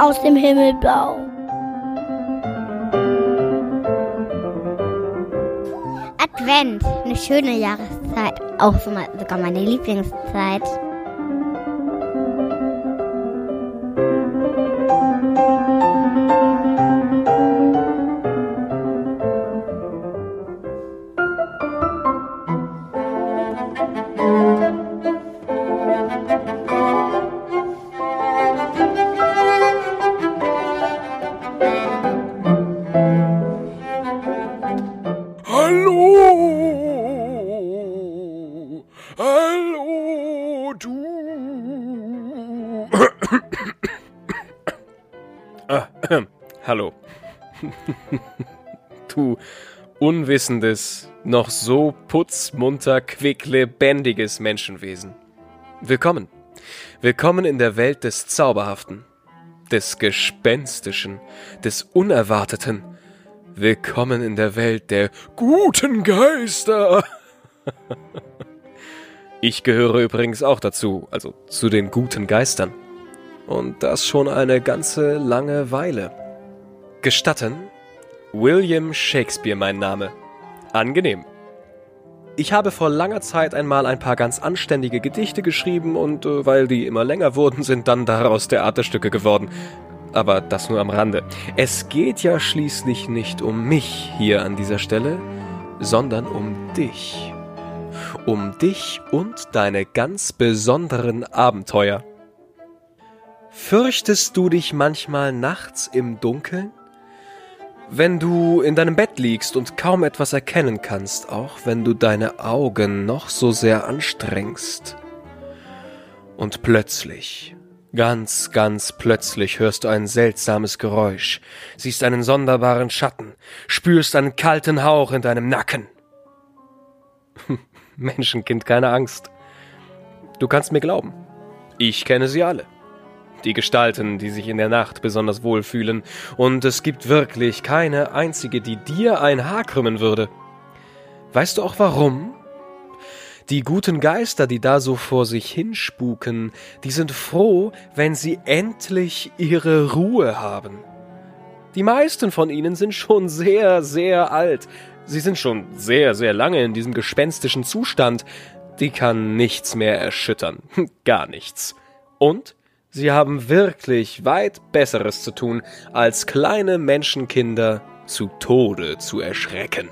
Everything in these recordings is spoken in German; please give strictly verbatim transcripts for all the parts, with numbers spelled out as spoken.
aus dem Himmel blau. Advent, eine schöne Jahreszeit, auch sogar meine Lieblingszeit. Hallo, hallo, du. ah, äh, hallo. Du unwissendes, noch so putzmunter, quicklebendiges Menschenwesen. Willkommen. Willkommen in der Welt des Zauberhaften, des Gespenstischen, des Unerwarteten. Willkommen in der Welt der guten Geister. Ich gehöre übrigens auch dazu, also zu den guten Geistern. Und das schon eine ganze lange Weile. Gestatten? William Shakespeare mein Name. Angenehm. Ich habe vor langer Zeit einmal ein paar ganz anständige Gedichte geschrieben und äh, weil die immer länger wurden, sind dann daraus Theaterstücke geworden. Aber das nur am Rande. Es geht ja schließlich nicht um mich hier an dieser Stelle, sondern um dich. Um dich und deine ganz besonderen Abenteuer. Fürchtest du dich manchmal nachts im Dunkeln? Wenn du in deinem Bett liegst und kaum etwas erkennen kannst, auch wenn du deine Augen noch so sehr anstrengst. Und plötzlich... Ganz, ganz plötzlich hörst du ein seltsames Geräusch, siehst einen sonderbaren Schatten, spürst einen kalten Hauch in deinem Nacken. Menschenkind, keine Angst. Du kannst mir glauben, ich kenne sie alle. Die Gestalten, die sich in der Nacht besonders wohl fühlen, und es gibt wirklich keine einzige, die dir ein Haar krümmen würde. Weißt du auch warum? Die guten Geister, die da so vor sich hinspuken, die sind froh, wenn sie endlich ihre Ruhe haben. Die meisten von ihnen sind schon sehr, sehr alt. Sie sind schon sehr, sehr lange in diesem gespenstischen Zustand. Die kann nichts mehr erschüttern. Gar nichts. Und sie haben wirklich weit Besseres zu tun, als kleine Menschenkinder zu Tode zu erschrecken.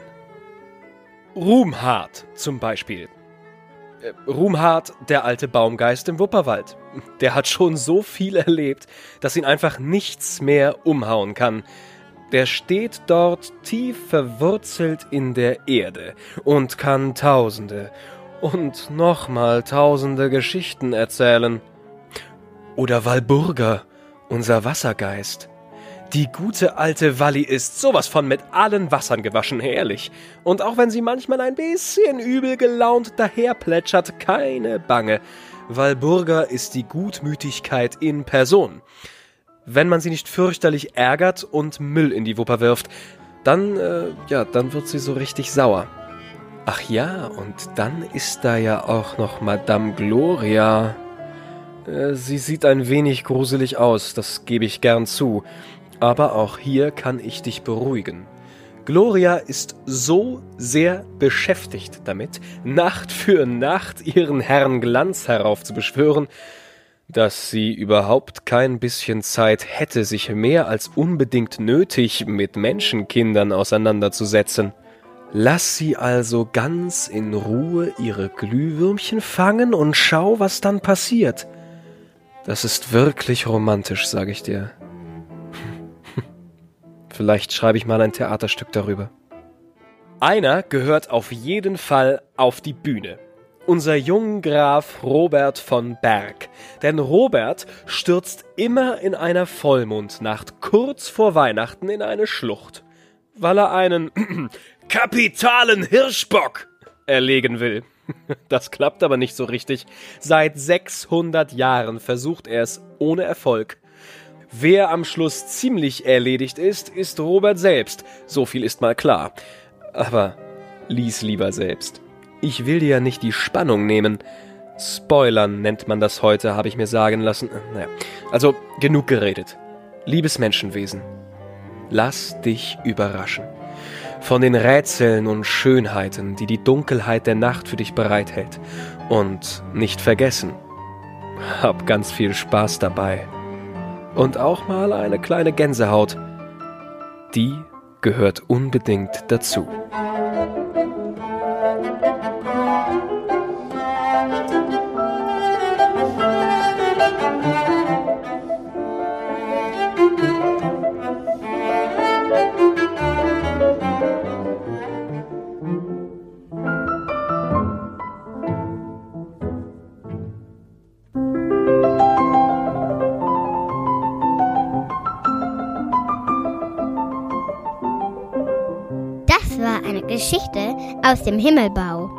Ruhmhart zum Beispiel. Ruhmhart, der alte Baumgeist im Wupperwald. Der hat schon so viel erlebt, dass ihn einfach nichts mehr umhauen kann. Der steht dort tief verwurzelt in der Erde und kann tausende und nochmal tausende Geschichten erzählen. Oder Walburga, unser Wassergeist. Die gute alte Walli ist sowas von mit allen Wassern gewaschen, ehrlich. Und auch wenn sie manchmal ein bisschen übel gelaunt daherplätschert, keine Bange. Walburga ist die Gutmütigkeit in Person. Wenn man sie nicht fürchterlich ärgert und Müll in die Wupper wirft, dann, äh, ja, dann wird sie so richtig sauer. Ach ja, und dann ist da ja auch noch Madame Gloria. Äh, sie sieht ein wenig gruselig aus, das gebe ich gern zu. Aber auch hier kann ich dich beruhigen. Gloria ist so sehr beschäftigt damit, Nacht für Nacht ihren Herrn Glanz heraufzubeschwören, dass sie überhaupt kein bisschen Zeit hätte, sich mehr als unbedingt nötig mit Menschenkindern auseinanderzusetzen. Lass sie also ganz in Ruhe ihre Glühwürmchen fangen und schau, was dann passiert. Das ist wirklich romantisch, sage ich dir. Vielleicht schreibe ich mal ein Theaterstück darüber. Einer gehört auf jeden Fall auf die Bühne. Unser Junggraf Robert von Berg. Denn Robert stürzt immer in einer Vollmondnacht kurz vor Weihnachten in eine Schlucht, weil er einen kapitalen Hirschbock erlegen will. Das klappt aber nicht so richtig. Seit sechshundert Jahren versucht er es ohne Erfolg. Wer am Schluss ziemlich erledigt ist, ist Robert selbst. So viel ist mal klar. Aber lies lieber selbst. Ich will dir ja nicht die Spannung nehmen. Spoilern nennt man das heute, habe ich mir sagen lassen. Naja, also genug geredet. Liebes Menschenwesen, lass dich überraschen von den Rätseln und Schönheiten, die die Dunkelheit der Nacht für dich bereithält. Und nicht vergessen, hab ganz viel Spaß dabei. Und auch mal eine kleine Gänsehaut. Die gehört unbedingt dazu. Das war eine Geschichte aus dem Himmelbau.